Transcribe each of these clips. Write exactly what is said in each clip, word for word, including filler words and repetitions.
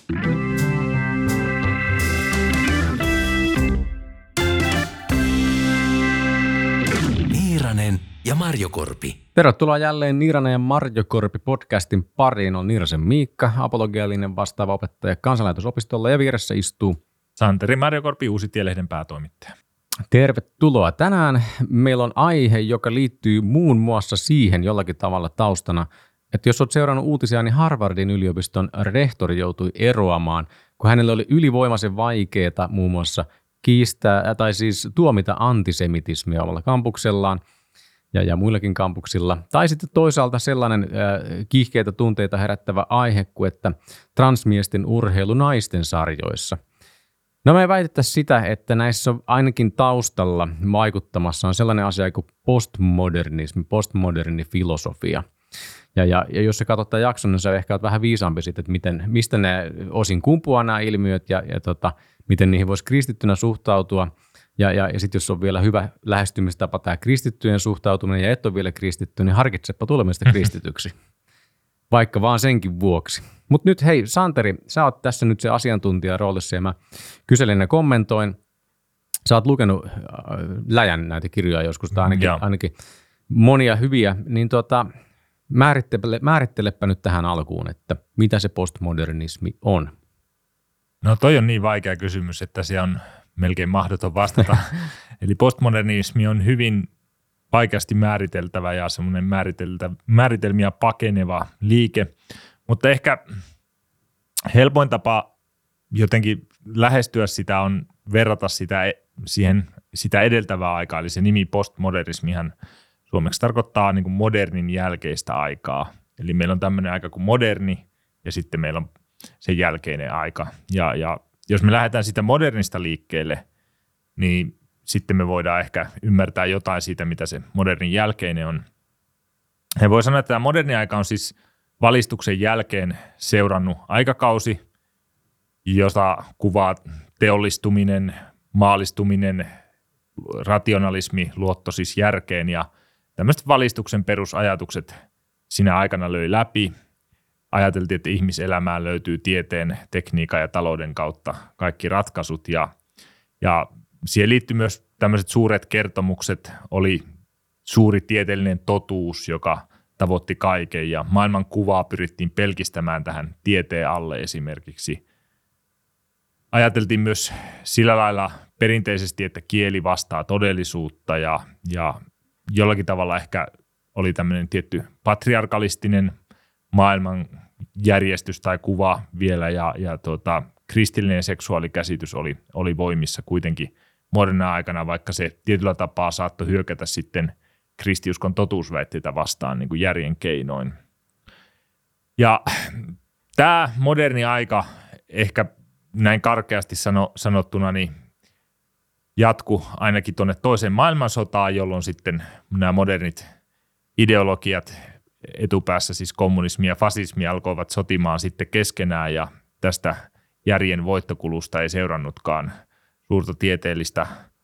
Niiranen ja Marjokorpi. Tervetuloa jälleen Niiranen ja Marjokorpi podcastin pariin. On Niirasen Miikka, apologiallinen vastaava opettaja kansanlähetysopistolla ja vieressä istuu Santeri Marjokorpi, Uusi Tielehden päätoimittaja. Tervetuloa. Tänään meillä on aihe, joka liittyy muun muassa siihen jollakin tavalla taustana, että jos olet seurannut uutisia, niin Harvardin yliopiston rehtori joutui eroamaan, kun hänelle oli ylivoimaisen vaikeaa muun muassa kiistää tai siis tuomita antisemitismia omalla kampuksellaan ja, ja muillakin kampuksilla. Tai sitten toisaalta sellainen äh, kiihkeitä tunteita herättävä aihe kuin, että transmiesten urheilu naisten sarjoissa. No me väitettäisiin sitä, että näissä on ainakin taustalla vaikuttamassa on sellainen asia kuin postmodernismi, postmoderni filosofia. Ja, ja, ja jos sä katsot tämän jakson, niin sä ehkä olet vähän viisaampi siitä, että miten, mistä ne osin kumpuaa nämä ilmiöt ja, ja tota, miten niihin voisi kristittynä suhtautua. Ja, ja, ja sitten jos on vielä hyvä lähestymistapa tämä kristittyjen suhtautuminen ja et ole vielä kristitty, niin harkitsepa tulemista kristityksi. Vaikka vaan senkin vuoksi. Mutta nyt hei Santeri, sä oot tässä nyt se asiantuntija roolissa ja mä kyselen ja kommentoin. Sä oot lukenut äh, läjän näitä kirjoja joskus, tai ainakin, ainakin monia hyviä, niin tota, määrittele, määrittelepä nyt tähän alkuun, että mitä se postmodernismi on. No toi on niin vaikea kysymys, että se on melkein mahdoton vastata. Eli postmodernismi on hyvin vaikeasti määriteltävä ja semmoinen määritelmiä pakeneva liike, mutta ehkä helpoin tapa jotenkin lähestyä sitä on verrata sitä siihen sitä edeltävää aikaa, eli se nimi postmodernismihan suomeksi tarkoittaa niin kuin modernin jälkeistä aikaa. Eli meillä on tämmöinen aika kuin moderni ja sitten meillä on sen jälkeinen aika. Ja, ja jos me lähdetään sitä modernista liikkeelle, niin sitten me voidaan ehkä ymmärtää jotain siitä, mitä se modernin jälkeinen on. Ja voi sanoa, että tämä moderni aika on siis valistuksen jälkeen seurannut aikakausi, jota kuvaa teollistuminen, maallistuminen, rationalismi, luotto siis järkeen ja tämmöiset valistuksen perusajatukset siinä aikana löi läpi. Ajateltiin, että ihmiselämään löytyy tieteen, tekniikan ja talouden kautta kaikki ratkaisut ja, ja siihen liittyy myös tämmöiset suuret kertomukset, oli suuri tieteellinen totuus, joka tavoitti kaiken ja maailman kuvaa pyrittiin pelkistämään tähän tieteen alle esimerkiksi. Ajateltiin myös sillä lailla perinteisesti, että kieli vastaa todellisuutta ja, ja jollakin tavalla ehkä oli tämmöinen tietty patriarkalistinen maailmanjärjestys tai kuva vielä ja, ja tota, kristillinen seksuaalikäsitys oli, oli voimissa kuitenkin moderna aikana, vaikka se tietyllä tapaa saattoi hyökätä sitten kristiuskon totuusväitteitä vastaan niin kuin järjen keinoin. Ja tämä moderni aika ehkä näin karkeasti sano, sanottuna niin jatku ainakin tuonne toiseen maailmansotaan, jolloin sitten nämä modernit ideologiat etupäässä, siis kommunismi ja fasismi alkoivat sotimaan sitten keskenään ja tästä järjen voittokulusta ei seurannutkaan suurta tieteellistä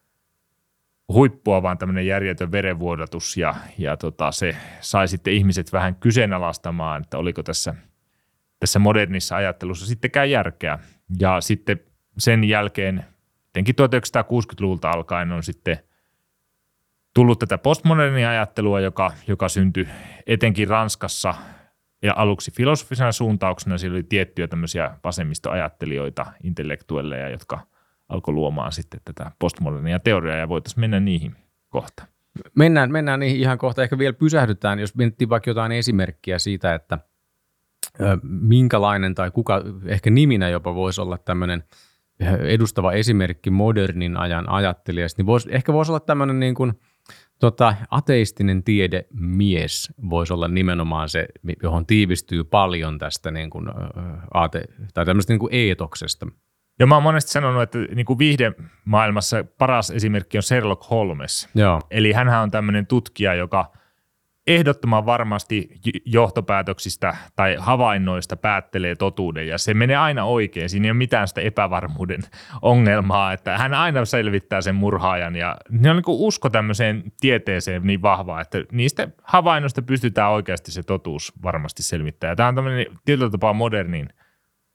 huippua, vaan tämmöinen järjetön verenvuodatus ja, ja tota, se sai sitten ihmiset vähän kyseenalaistamaan, että oliko tässä, tässä modernissa ajattelussa sittenkään järkeä. Ja sitten sen jälkeen, etenkin tuhatyhdeksänsataakuusikymmentäluvulta alkaen on sitten tullut tätä postmodernia ajattelua, joka, joka syntyi etenkin Ranskassa ja aluksi filosofisena suuntauksena. Siellä oli tiettyjä tämmöisiä vasemmistoajattelijoita, intellektuelleja, jotka alkoi luomaan sitten tätä postmodernia teoriaa ja voitaisiin mennä niihin kohta. Mennään, mennään niihin ihan kohta. Ehkä vielä pysähdytään, jos miettii vaikka jotain esimerkkiä siitä, että ö, minkälainen tai kuka ehkä niminä jopa voisi olla tämmöinen edustava esimerkki modernin ajan ajattelijasta, niin voisi, ehkä voisi olla tämmöinen niin kuin tota, ateistinen tiedemies voisi olla nimenomaan se, johon tiivistyy paljon tästä niin kuin, aate, tai tämmöistä niin kuin eetoksesta. Ja mä oon monesti sanonut, että niin kuin viihdemaailmassa paras esimerkki on Sherlock Holmes. Joo. Eli hänhän on tämmöinen tutkija, joka ehdottoman varmasti johtopäätöksistä tai havainnoista päättelee totuuden ja se menee aina oikein. Siinä ei ole mitään sitä epävarmuuden ongelmaa, että hän aina selvittää sen murhaajan ja ne on niin kuin usko tämmöiseen tieteeseen niin vahvaa, että niistä havainnoista pystytään oikeasti se totuus varmasti selvittämään. Ja tämä on tämmöinen tietyllä tapaa modernin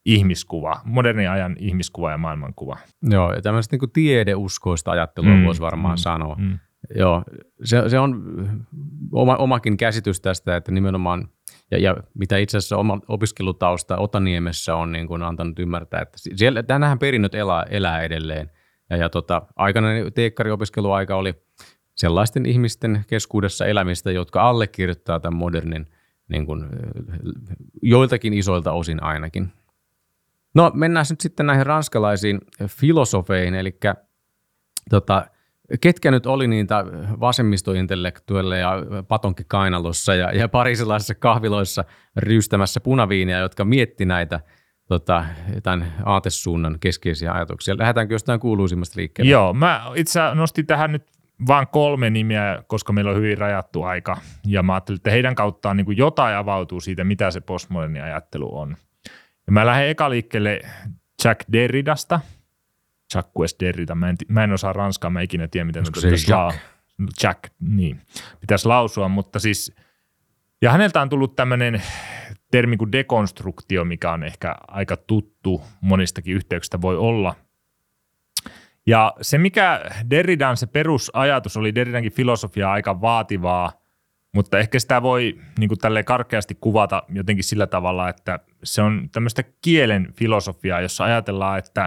ihmiskuva, modernin ajan ihmiskuva ja maailmankuva. Joo, ja tämmöistä niin tiedeuskoista ajattelua mm, voisi varmaan mm, sanoa. Mm. Joo, se, se on oma, omakin käsitys tästä, että nimenomaan, ja, ja mitä itse asiassa oma opiskelutausta Otaniemessä on niin kuin antanut ymmärtää, että siellä tänähän perinnöt elää, elää edelleen. Ja, ja tota, aikana teekkariopiskeluaika oli sellaisten ihmisten keskuudessa elämistä, jotka allekirjoittaa tämän modernin niin kuin, joiltakin isoilta osin ainakin. No mennään nyt sitten näihin ranskalaisiin filosofeihin, eli tota, ketkä nyt oli niitä vasemmistointellektuelleja patonki kainalossa ja, ja parisilaisissa kahviloissa ryystämässä punaviinia, jotka mietti näitä tota, tämän aatesuunnan keskeisiä ajatuksia. Lähdetäänkö jostain kuuluisimmasta liikkeelle? Joo, mä itse nostin tähän nyt vain kolme nimeä, koska meillä on hyvin rajattu aika. Ja mä ajattelin, että heidän kauttaan niin kuin jotain avautuu siitä, mitä se postmoderni ajattelu on. Ja mä lähden eka liikkeelle Jacques Derridasta. Jacques Derrida. Mä en, mä en osaa ranskaa, mä ikinä tiedä, miten se pitäisi la- Jack, niin, pitäisi lausua, mutta siis, ja häneltä on tullut tämmöinen termi kuin dekonstruktio, mikä on ehkä aika tuttu monistakin yhteyksistä voi olla. Ja se, mikä Derridan se perusajatus oli, Derridankin filosofia aika vaativaa, mutta ehkä sitä voi niin kuin tälleen karkeasti kuvata jotenkin sillä tavalla, että se on tämmöistä kielen filosofiaa, jossa ajatellaan, että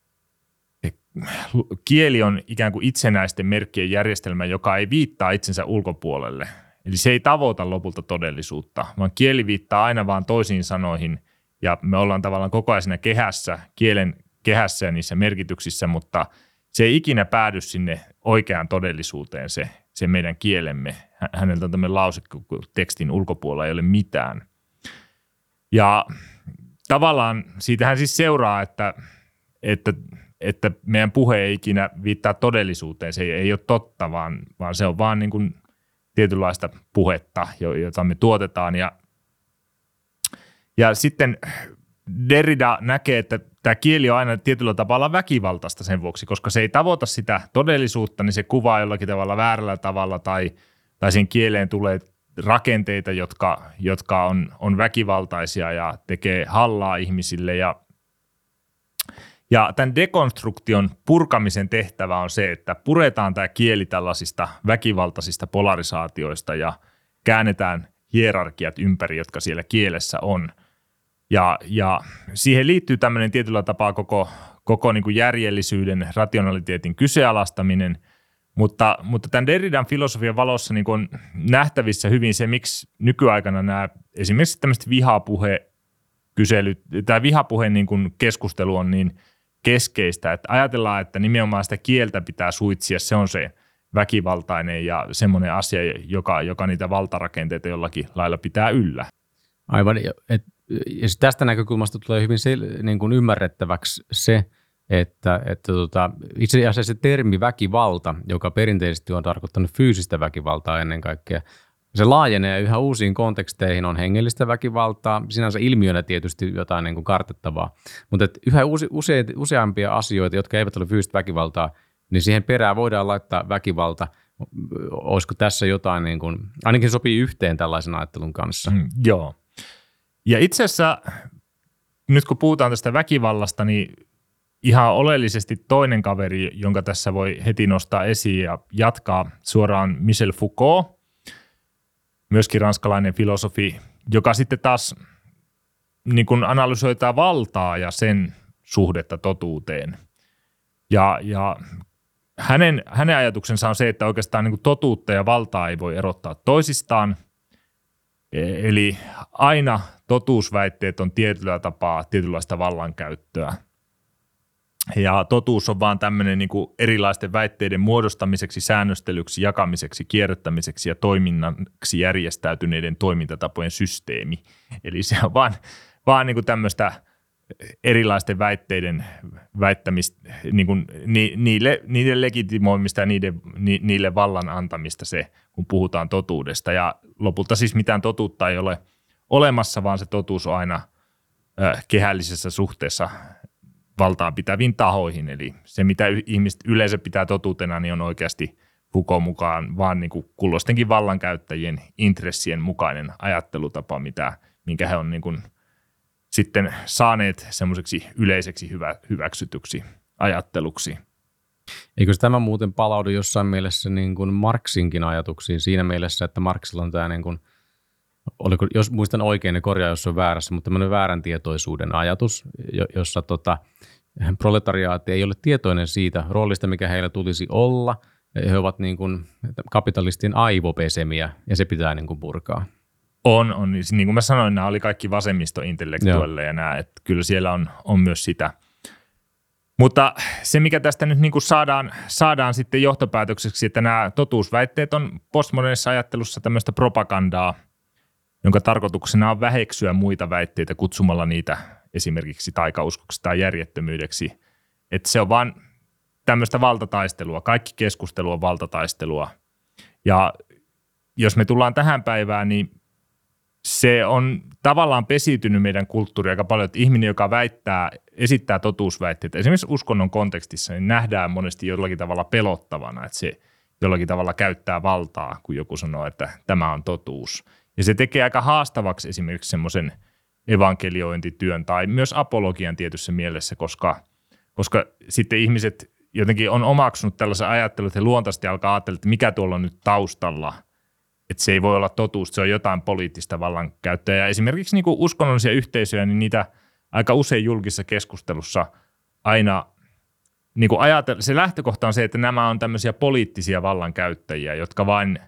kieli on ikään kuin itsenäisten merkkien järjestelmä, joka ei viittaa itsensä ulkopuolelle. Eli se ei tavoita lopulta todellisuutta, vaan kieli viittaa aina vaan toisiin sanoihin, ja me ollaan tavallaan koko ajan siinä kehässä, kielen kehässä ja niissä merkityksissä, mutta se ei ikinä päädy sinne oikeaan todellisuuteen, se, se meidän kielemme. Häneltä on tämmöinen lause, kun tekstin ulkopuolella ei ole mitään. Ja tavallaan siitähän siis seuraa, että, että, että meidän puhe ei ikinä viittaa todellisuuteen, se ei, ei ole totta, vaan, vaan se on vaan niin kuin tietynlaista puhetta, jota me tuotetaan. Ja, ja sitten Derrida näkee, että tämä kieli on aina tietyllä tavalla väkivaltaista sen vuoksi, koska se ei tavoita sitä todellisuutta, niin se kuvaa jollakin tavalla väärällä tavalla tai, tai siihen kieleen tulee rakenteita, jotka, jotka on, on väkivaltaisia ja tekee hallaa ihmisille. Ja, ja tämän dekonstruktion purkamisen tehtävä on se, että puretaan tämä kieli tällaisista väkivaltaisista polarisaatioista ja käännetään hierarkiat ympäri, jotka siellä kielessä on. Ja, ja siihen liittyy tämmöinen tietyllä tapaa koko, koko niin kuin järjellisyyden, rationaliteetin kyseenalaistaminen, mutta, mutta tämän Derridan filosofian valossa niin kuin on nähtävissä hyvin se, miksi nykyaikana nämä esimerkiksi tämmöiset vihapuhekyselyt tai vihapuheen niin kuin keskustelu on niin keskeistä, että ajatellaan, että nimenomaan sitä kieltä pitää suitsia, se on se väkivaltainen ja semmoinen asia, joka, joka niitä valtarakenteita jollakin lailla pitää yllä. Aivan, että ja tästä näkökulmasta tulee hyvin sel- niin kuin ymmärrettäväksi se, että, että tota, itse asiassa se termi väkivalta, joka perinteisesti on tarkoittanut fyysistä väkivaltaa ennen kaikkea, se laajenee yhä uusiin konteksteihin, on hengellistä väkivaltaa, sinänsä ilmiönä tietysti jotain niin kuin kartettavaa, mutta että yhä use, use, useampia asioita, jotka eivät ole fyysistä väkivaltaa, niin siihen perään voidaan laittaa väkivalta. Olisiko tässä jotain, niin kuin, ainakin sopii yhteen tällaisen ajattelun kanssa? Mm, joo. Ja itse asiassa nyt kun puhutaan tästä väkivallasta, niin ihan oleellisesti toinen kaveri, jonka tässä voi heti nostaa esiin ja jatkaa suoraan Michel Foucault, myöskin ranskalainen filosofi, joka sitten taas niin kuin analysoi valtaa ja sen suhdetta totuuteen. Ja, ja hänen, hänen ajatuksensa on se, että oikeastaan niin kuin totuutta ja valtaa ei voi erottaa toisistaan. Eli aina totuusväitteet on tietyllä tapaa tietynlaista vallankäyttöä. Ja totuus on vaan tämmöinen niin kuin erilaisten väitteiden muodostamiseksi, säännöstelyksi, jakamiseksi, kierrättämiseksi ja toiminnaksi järjestäytyneiden toimintatapojen systeemi. Eli se on vaan, vaan niin kuin tämmöistä erilaisten väitteiden väittämistä, niin kuin ni, niille, niiden legitimoimista ja niiden, ni, niille vallan antamista se, kun puhutaan totuudesta. Ja lopulta siis mitään totuutta ei ole olemassa, vaan se totuus on aina äh, kehällisessä suhteessa valtaan pitäviin tahoihin. Eli se, mitä ihmiset yleensä pitää totuutena, niin on oikeasti Foucault mukaan vaan niin kuin kulloistenkin vallankäyttäjien intressien mukainen ajattelutapa, mitä, minkä he on niin kuin sitten saaneet semmoiseksi yleiseksi hyvä, hyväksytyksi ajatteluksi. Eikö tämä muuten palaudu jossain mielessä niin kuin Marxinkin ajatuksiin siinä mielessä, että Marxilla on tämä, niin kuin, oliko, jos muistan oikein, niin korjaa, jos on väärässä, mutta tämmöinen väärän tietoisuuden ajatus, jossa tota, proletariaatti ei ole tietoinen siitä roolista, mikä heillä tulisi olla. He ovat niin kuin kapitalistien aivopesemiä ja se pitää niin kuin purkaa. On, on. Niin kuin mä sanoin, nämä oli kaikki vasemmistointellektuelleja ja nämä, että kyllä siellä on, on myös sitä. Mutta se, mikä tästä nyt niin kuin saadaan, saadaan sitten johtopäätökseksi, että nämä totuusväitteet on postmodernissa ajattelussa tämmöistä propagandaa, jonka tarkoituksena on väheksyä muita väitteitä kutsumalla niitä esimerkiksi taikauskoksi tai järjettömyydeksi. Että se on vaan tämmöistä valtataistelua. Kaikki keskustelu on valtataistelua. Ja jos me tullaan tähän päivään, niin se on tavallaan pesiytynyt meidän kulttuuriin aika paljon, että ihminen, joka väittää, esittää totuusväitteitä, esimerkiksi uskonnon kontekstissa, niin nähdään monesti jollakin tavalla pelottavana, että se jollakin tavalla käyttää valtaa, kun joku sanoo, että tämä on totuus. Ja se tekee aika haastavaksi esimerkiksi semmoisen evankeliointityön tai myös apologian tietyssä mielessä, koska, koska sitten ihmiset jotenkin on omaksunut tällaisen ajattelun, että he luontaisesti alkaa ajatella, että mikä tuolla on nyt taustalla, että se ei voi olla totuus, se on jotain poliittista vallankäyttöä. Ja esimerkiksi niin kuin uskonnollisia yhteisöjä, niin niitä aika usein julkisessa keskustelussa aina niin kuin ajatella, se lähtökohta on se, että nämä on tämmöisiä poliittisia vallankäyttäjiä, jotka vain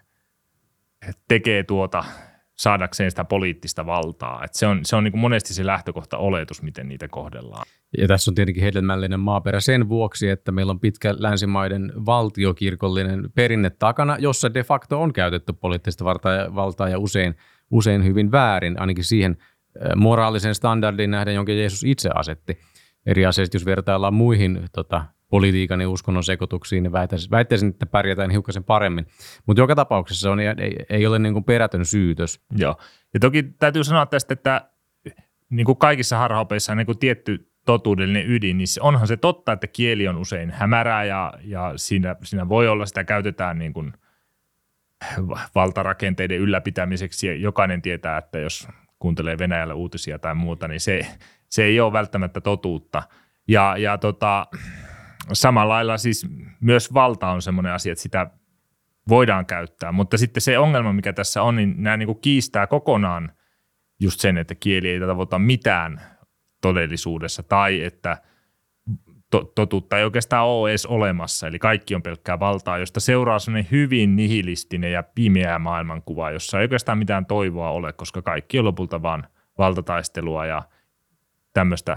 tekee tuota saadakseen sitä poliittista valtaa. Että se on, se on niin kuin monesti se lähtökohta oletus, miten niitä kohdellaan. Ja tässä on tietenkin hedelmällinen maaperä sen vuoksi, että meillä on pitkä länsimaiden valtiokirkollinen perinne takana, jossa de facto on käytetty poliittista valtaa ja usein, usein hyvin väärin, ainakin siihen moraalisen standardin nähden, jonka Jeesus itse asetti. Eri asiasta, jos vertaillaan muihin tota, politiikan ja uskonnon sekoituksiin, niin väittäisin, väittäisin, että pärjätään hiukkasen paremmin. Mutta joka tapauksessa on, ei, ei ole niin kuin perätön syytös. Joo. Ja toki täytyy sanoa tästä, että niin kuin kaikissa harhaopeissa on niin kuin tietty totuudellinen ydin, niin onhan se totta, että kieli on usein hämärää ja, ja siinä, siinä voi olla, sitä käytetään niin kuin valtarakenteiden ylläpitämiseksi ja jokainen tietää, että jos kuuntelee Venäjällä uutisia tai muuta, niin se, se ei ole välttämättä totuutta. Ja, ja tota, samalla lailla siis myös valta on semmoinen asia, että sitä voidaan käyttää, mutta sitten se ongelma, mikä tässä on, niin nämä niin kuin kiistää kokonaan just sen, että kieli ei tavoita mitään todellisuudessa tai että to- totuutta ei oikeastaan ole edes olemassa, eli kaikki on pelkkää valtaa, josta seuraa sellainen hyvin nihilistinen ja pimeä maailmankuva, jossa ei oikeastaan mitään toivoa ole, koska kaikki on lopulta vaan valtataistelua ja tämmöistä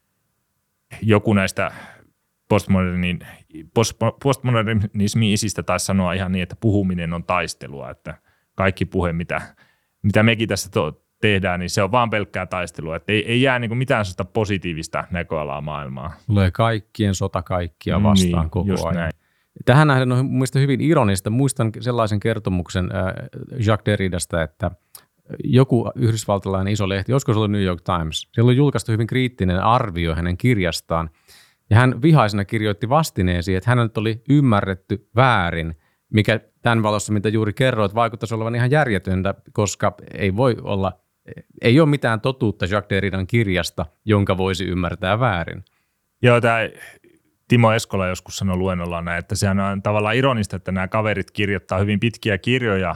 joku näistä postmodernin, post, postmodernismin isistä taisi sanoa ihan niin, että puhuminen on taistelua, että kaikki puhe, mitä, mitä mekin tässä to- tehdään, niin se on vaan pelkkää taistelua, että ei, ei jää niin kuin mitään sellaista positiivista näköalaa maailmaan. Tulee kaikkien sota kaikkia vastaan niin, koko ajan. Näin. Tähän nähden on mielestäni hyvin ironista. Muistan sellaisen kertomuksen äh, Jacques Derridasta, että joku yhdysvaltalainen iso lehti, joskus oli New York Times, siellä oli julkaistu hyvin kriittinen arvio hänen kirjastaan, ja hän vihaisena kirjoitti vastineesi, että hänet oli ymmärretty väärin, mikä tämän valossa, mitä juuri kerroit, vaikuttaisi olevan ihan järjetöntä, koska ei voi olla, ei ole mitään totuutta Jacques Derridan kirjasta, jonka voisi ymmärtää väärin. Joo, tämä Timo Eskola joskus sanoi luennollaan näin, että sehän on tavallaan ironista, että nämä kaverit kirjoittaa hyvin pitkiä kirjoja,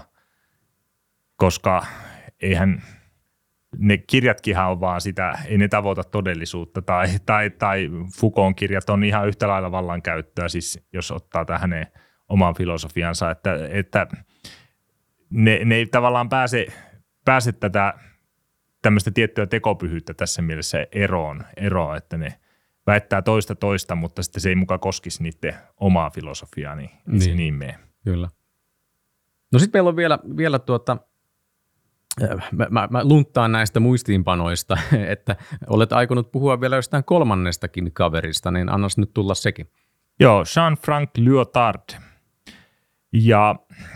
koska eihän ne kirjatkinhan on vaan sitä, ei ne tavoita todellisuutta, tai, tai, tai Foucaultin kirjat on ihan yhtä lailla vallankäyttöä, siis jos ottaa tähän hänen oman filosofiansa, että, että ne, ne ei tavallaan pääse, pääse tätä tämmöistä tiettyä tekopyhyyttä tässä mielessä eroon, eroon, että ne väittää toista toista, mutta sitten se ei muka koskisi niiden omaa filosofiaa, niin, niin. se niin mene. Kyllä. No sitten meillä on vielä, vielä tuota, mä, mä, mä lunttaan näistä muistiinpanoista, että olet aikonut puhua vielä jostain kolmannestakin kaverista, niin annas nyt tulla sekin. Joo, Jean-Franck Lyotard. Ja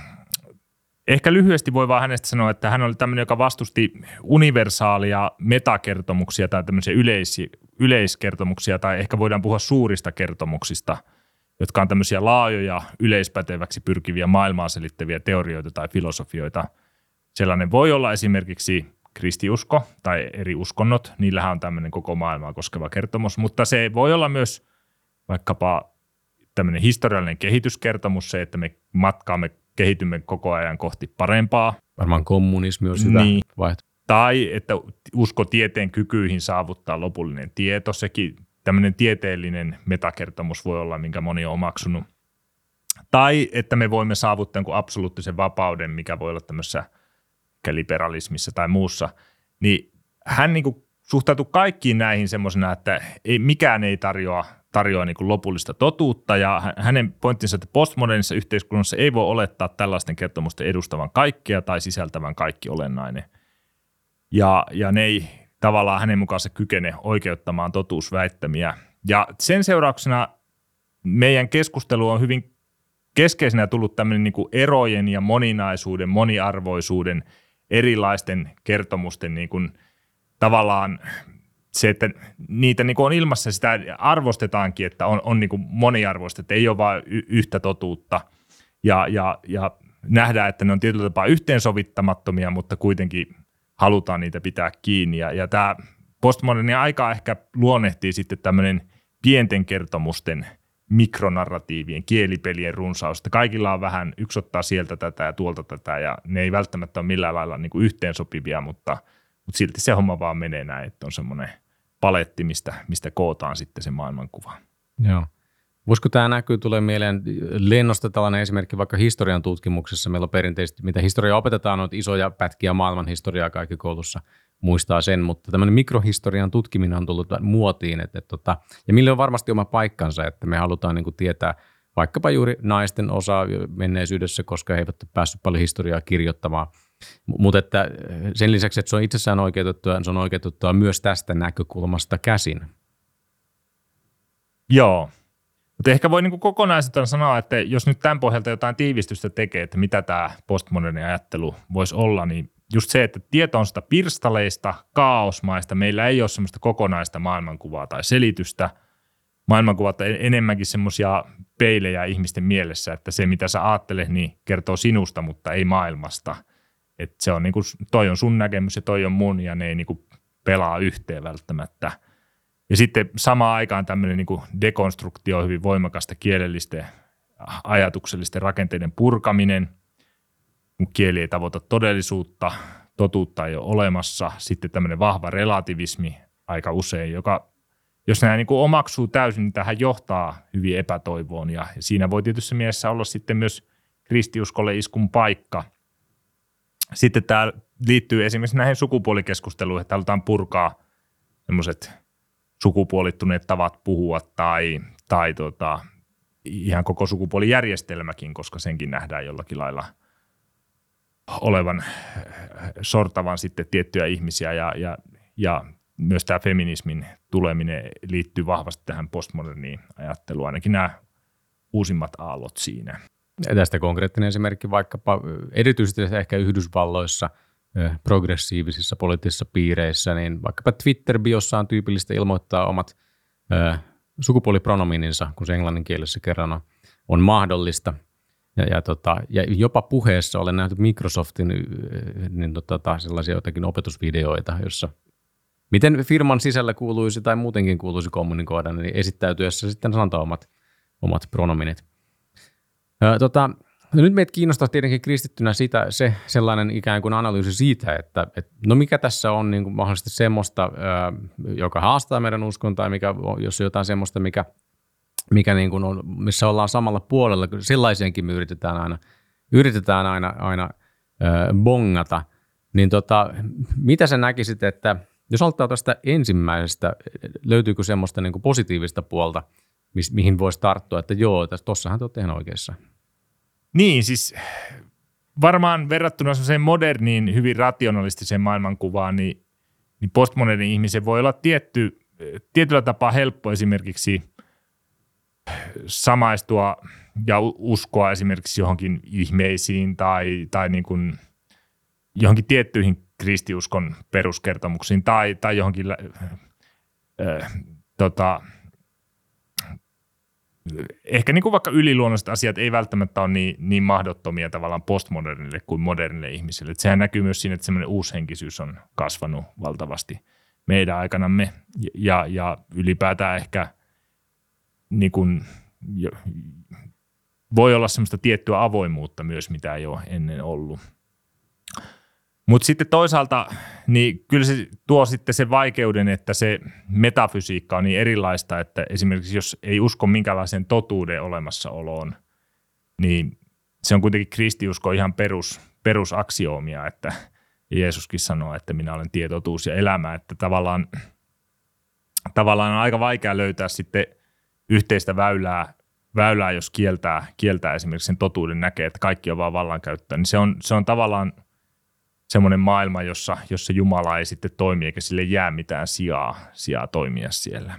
ehkä lyhyesti voi vaan hänestä sanoa, että hän oli tämmöinen, joka vastusti universaalia metakertomuksia tai tämmöisiä yleis, yleiskertomuksia, tai ehkä voidaan puhua suurista kertomuksista, jotka on tämmöisiä laajoja, yleispäteväksi pyrkiviä maailmaa selittäviä teorioita tai filosofioita. Sellainen voi olla esimerkiksi kristiusko tai eri uskonnot. Niillähän on tämmöinen koko maailmaa koskeva kertomus, mutta se voi olla myös vaikkapa tämmöinen historiallinen kehityskertomus, se, että me matkaamme, kehitymme koko ajan kohti parempaa. Varmaan kommunismi on hyvä niin. vaihtoehto. Tai että usko tieteen kykyihin saavuttaa lopullinen tieto. Sekin tämmöinen tieteellinen metakertomus voi olla, minkä moni on omaksunut. Tai että me voimme saavuttaa jonkun absoluuttisen vapauden, mikä voi olla tämmöisessä liberalismissa tai muussa. Niin hän niin kuin suhtautui kaikkiin näihin semmoisena, että ei, mikään ei tarjoa, tarjoa niin kuin lopullista totuutta. Ja hänen pointtinsa, että postmodernissa yhteiskunnassa ei voi olettaa tällaisten kertomusten edustavan kaikkea tai sisältävän kaikki olennainen. Ja, ja ne ei tavallaan hänen mukaansa kykene oikeuttamaan totuusväittämiä. Ja sen seurauksena meidän keskustelu on hyvin keskeisenä tullut tämmöinen niin kuin erojen ja moninaisuuden, moniarvoisuuden, erilaisten kertomusten niin kuin tavallaan se, että niitä niin kuin on ilmassa, sitä arvostetaankin, että on, on niin kuin moniarvoista, että ei ole vain y- yhtä totuutta ja, ja, ja nähdään, että ne on tietyllä tapaa yhteensovittamattomia, mutta kuitenkin halutaan niitä pitää kiinni. Ja, ja tämä postmoderni aika ehkä luonnehtii sitten tämmöinen pienten kertomusten mikronarratiivien, kielipelien runsaus. Kaikilla on vähän, yksi ottaa sieltä tätä ja tuolta tätä, ja ne ei välttämättä ole millään lailla niin kuin yhteensopivia, mutta, mutta silti se homma vaan menee näin, että on semmoinen paletti, mistä, mistä kootaan sitten se maailmankuva. Joo. Voisiko tämä näkyy, tulee mieleen lennosta tällainen esimerkki vaikka historian tutkimuksessa. Meillä on perinteisesti, mitä historiaa opetetaan, on isoja pätkiä maailman historiaa kaikki koulussa muistaa sen, mutta tämmöinen mikrohistorian tutkiminen on tullut muotiin. Että, että, että, ja millä on varmasti oma paikkansa, että me halutaan niin kuin tietää vaikkapa juuri naisten osa menneisyydessä, koska he eivät päässyt paljon historiaa kirjoittamaan. Mutta että sen lisäksi, että se on itsessään oikeutettua, se on oikeutettua myös tästä näkökulmasta käsin. Joo. Mutta ehkä voi niin kuin kokonaisuutena sanoa, että jos nyt tämän pohjalta jotain tiivistystä tekee, että mitä tämä postmoderni ajattelu voisi olla, niin just se, että tieto on sitä pirstaleista, kaaosmaista, meillä ei ole semmoista kokonaista maailmankuvaa tai selitystä. Maailmankuvat on enemmänkin semmoisia peilejä ihmisten mielessä, että se mitä sä ajattelet, niin kertoo sinusta, mutta ei maailmasta. Että se on niin kuin, toi on sun näkemys ja toi on mun ja ne ei niin kuin pelaa yhteen välttämättä. Ja sitten samaan aikaan tämmöinen niin kuin dekonstruktio on hyvin voimakasta kielellisten ajatuksellisten rakenteiden purkaminen, kun kieli ei tavoita todellisuutta, totuutta ei ole olemassa. Sitten tämmöinen vahva relativismi aika usein, joka jos nämä niin kuin omaksuu täysin, niin tähän johtaa hyvin epätoivoon. Ja siinä voi tietysti mielessä olla sitten myös kristiuskolle iskun paikka. Sitten tämä liittyy esimerkiksi näihin sukupuolikeskusteluihin, että halutaan purkaa semmoiset sukupuolittuneet tavat puhua tai, tai tota, ihan koko sukupuolijärjestelmäkin, koska senkin nähdään jollakin lailla olevan sortavan sitten tiettyjä ihmisiä ja, ja, ja myös tämä feminismin tuleminen liittyy vahvasti tähän postmoderniin ajatteluun, ainakin nämä uusimmat aallot siinä. Ja tästä konkreettinen esimerkki vaikkapa erityisesti ehkä Yhdysvalloissa progressiivisissa poliittisissa piireissä, niin vaikkapa Twitter-biossa on tyypillistä ilmoittaa omat ö, sukupuolipronomininsa, kun se englanninkielisessä kerran on, on mahdollista. Ja, ja, tota, ja jopa puheessa olen nähnyt Microsoftin niin, tota, sellaisia jotakin opetusvideoita, jossa miten firman sisällä kuuluisi tai muutenkin kuuluisi kommunikoida, niin esittäytyessä sitten sanotaan omat, omat pronominit. Ö, tota, No nyt meitä kiinnostaa tietenkin kristittynä sitä, se sellainen ikään kuin analyysi siitä, että, että no mikä tässä on niin kuin mahdollisesti semmoista, joka haastaa meidän uskontaa, mikä, jos on jotain semmoista, mikä, mikä niin kuin on, missä ollaan samalla puolella, sellaiseenkin me yritetään aina, yritetään aina, aina äh, bongata, niin tota, mitä sä näkisit, että jos aloittaa tästä ensimmäisestä, löytyykö semmoista niin kuin positiivista puolta, mihin voisi tarttua, että joo, tossahan te olette ihan oikeassa. Niin, siis varmaan verrattuna sellaiseen moderniin, hyvin rationalistiseen maailmankuvaan, niin, niin postmodernin ihmisen voi olla tietty, tietyllä tapaa helppo esimerkiksi samaistua ja uskoa esimerkiksi johonkin ihmeisiin tai, tai niin kuin johonkin tiettyihin kristiuskon peruskertomuksiin tai, tai johonkin äh, tota, ehkä niin kuin vaikka yliluonnolliset asiat ei välttämättä ole niin, niin mahdottomia tavallaan postmodernille kuin modernille ihmisille. Että sehän näkyy myös siinä, että semmoinen uushenkisyys on kasvanut valtavasti meidän aikanamme ja, ja ylipäätään ehkä niin kuin, voi olla semmoista tiettyä avoimuutta myös, mitä ei ole ennen ollut. Mutta sitten toisaalta, niin kyllä se tuo sitten sen vaikeuden, että se metafysiikka on niin erilaista, että esimerkiksi jos ei usko minkälaisen totuuden olemassaoloon, niin se on kuitenkin kristiusko ihan perus, perusaksioomia, että Jeesuskin sanoo, että minä olen tie, totuus ja elämä, että tavallaan, tavallaan on aika vaikea löytää sitten yhteistä väylää, väylää jos kieltää, kieltää esimerkiksi sen totuuden näkee, että kaikki on vaan vallankäyttöä, niin se on, se on tavallaan semmoinen maailma, jossa, jossa Jumala ei sitten toimi, eikä sille jää mitään sijaa, sijaa toimia siellä.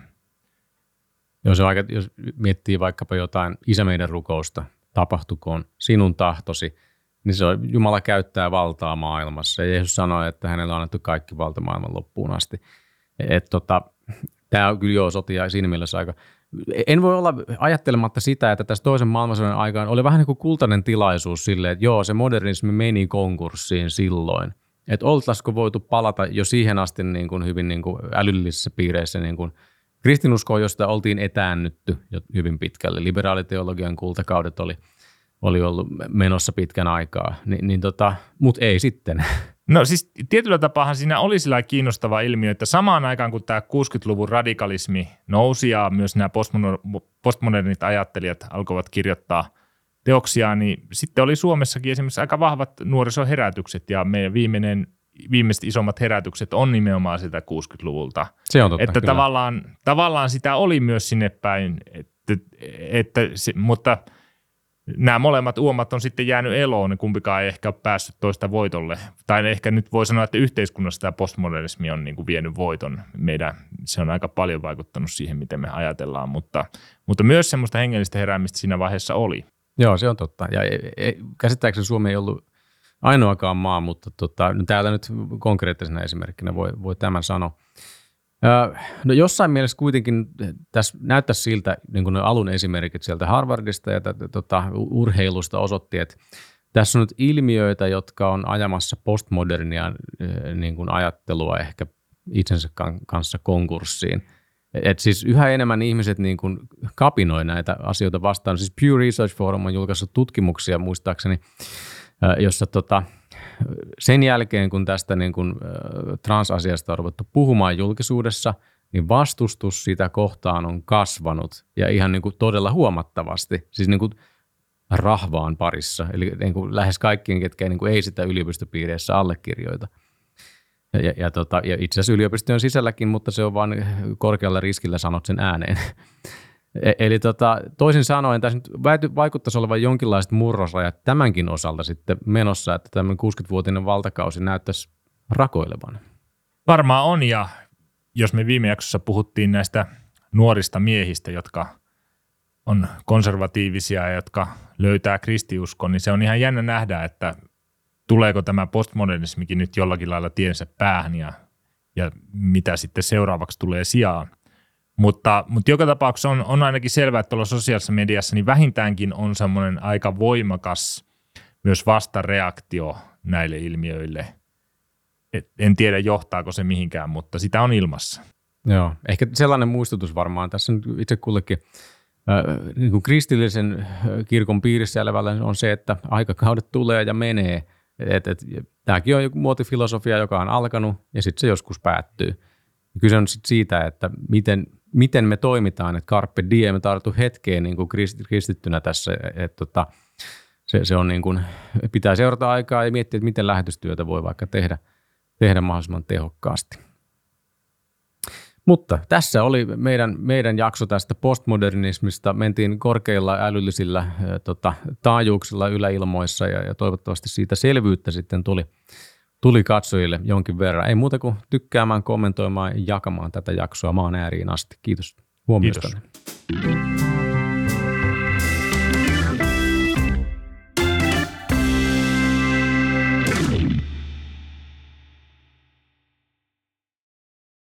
Jos, aika, jos miettii vaikkapa jotain Isä meidän rukousta, tapahtukoon sinun tahtosi, niin se on, Jumala käyttää valtaa maailmassa. Ja Jeesus sanoi, että hänellä on annettu kaikki valta maailman loppuun asti. Et tota, tämä on kyllä joo sotia siinä mielessä aika. En voi olla ajattelematta sitä, että tässä toisen maailmansodan aikaan oli vähän niin kuin kultainen tilaisuus silleen, että joo, se modernismi meni konkurssiin silloin. Että oltaisiko voitu palata jo siihen asti niin kuin hyvin niin kuin älyllisissä piireissä niin kuin kristinuskoon, josta oltiin etäännytty jo hyvin pitkälle. Liberaaliteologian kultakaudet oli, oli ollut menossa pitkän aikaa, Ni, niin tota, mutta ei sitten. No siis tietyllä tapaahan siinä oli sillä kiinnostava ilmiö, että samaan aikaan kun tämä kuusikymmentäluvun radikalismi nousi ja myös nämä postmodernit ajattelijat alkoivat kirjoittaa teoksiaan, niin sitten oli Suomessakin esimerkiksi aika vahvat nuorisoherätykset ja meidän viimeinen, viimeiset isommat herätykset on nimenomaan sitä kuusikymmentäluvulta. Se on totta, että tavallaan, tavallaan sitä oli myös sinne päin, että, että se, mutta nämä molemmat uomat on sitten jäänyt eloon, niin kumpikaan ei ehkä ole päässyt toista voitolle. Tai ehkä nyt voi sanoa, että yhteiskunnassa tämä postmodernismi on niin kuin vienyt voiton. Meidän, se on aika paljon vaikuttanut siihen, miten me ajatellaan, mutta, mutta myös semmoista hengellistä heräämistä siinä vaiheessa oli. Joo, se on totta. Ja ei, ei, käsittääkseni Suomi ei ollut ainoakaan maa, mutta tota, no täällä nyt konkreettisena esimerkkinä voi, voi tämän sanoa. No jossain mielessä kuitenkin tässä näyttäisi siltä, niin kuin ne alun esimerkit sieltä Harvardista ja tätä, tota, urheilusta osoitti, että tässä on nyt ilmiöitä, jotka on ajamassa postmodernia niin kuin ajattelua ehkä itsensä kanssa konkurssiin. Et siis yhä enemmän ihmiset niin kuin kapinoi näitä asioita vastaan. Siis Pew Research Forum on julkaissut tutkimuksia muistaakseni, jossa tota, sen jälkeen, kun tästä niin kuin, transasiasta on ruvettu puhumaan julkisuudessa, niin vastustus sitä kohtaan on kasvanut ja ihan niin kuin todella huomattavasti, siis niin kuin rahvaan parissa, eli niin kuin lähes kaikkien, ketkä niin kuin ei sitä yliopistopiireissä allekirjoita. Ja, ja, tota, ja itse asiassa yliopistojen sisälläkin, mutta se on vain korkealla riskillä sanot sen ääneen. Eli tota, toisin sanoen tässä nyt vaikuttaisi olevan jonkinlaiset murrosrajat tämänkin osalta sitten menossa, että tämmöinen kuusikymmentävuotinen valtakausi näyttäisi rakoilevan. Varmaan on, ja jos me viime jaksossa puhuttiin näistä nuorista miehistä, jotka on konservatiivisia ja jotka löytää kristiuskon, niin se on ihan jännä nähdä, että tuleeko tämä postmodernismikin nyt jollakin lailla tiensä päähän ja, ja mitä sitten seuraavaksi tulee sijaan. Mutta, mutta joka tapauksessa on, on ainakin selvää, että tuolla sosiaalisessa mediassa niin vähintäänkin on semmoinen aika voimakas myös vastareaktio näille ilmiöille. Et en tiedä, johtaako se mihinkään, mutta sitä on ilmassa. Joo, ehkä sellainen muistutus varmaan tässä nyt itse kullekin äh, niin kuin kristillisen kirkon piirissä elävällä on se, että aikakaudet tulee ja menee. Et, et, tämäkin on joku muotifilosofia, joka on alkanut ja sitten se joskus päättyy. Kyse on sit siitä, että miten, miten me toimitaan, että carpe diem, tartu hetkeen niin kuin kristittynä tässä, että tota, se, se on niin kuin, pitää seurata aikaa ja miettiä, että miten lähetystyötä voi vaikka tehdä, tehdä mahdollisimman tehokkaasti. Mutta tässä oli meidän, meidän jakso tästä postmodernismista. Mentiin korkeilla älyllisillä äh, tota, taajuuksilla yläilmoissa ja, ja toivottavasti siitä selvyyttä sitten tuli. Tuli katsojille jonkin verran. Ei muuta kuin tykkäämään, kommentoimaan ja jakamaan tätä jaksoa maan ääriin asti. Kiitos huomiosta. Kiitos.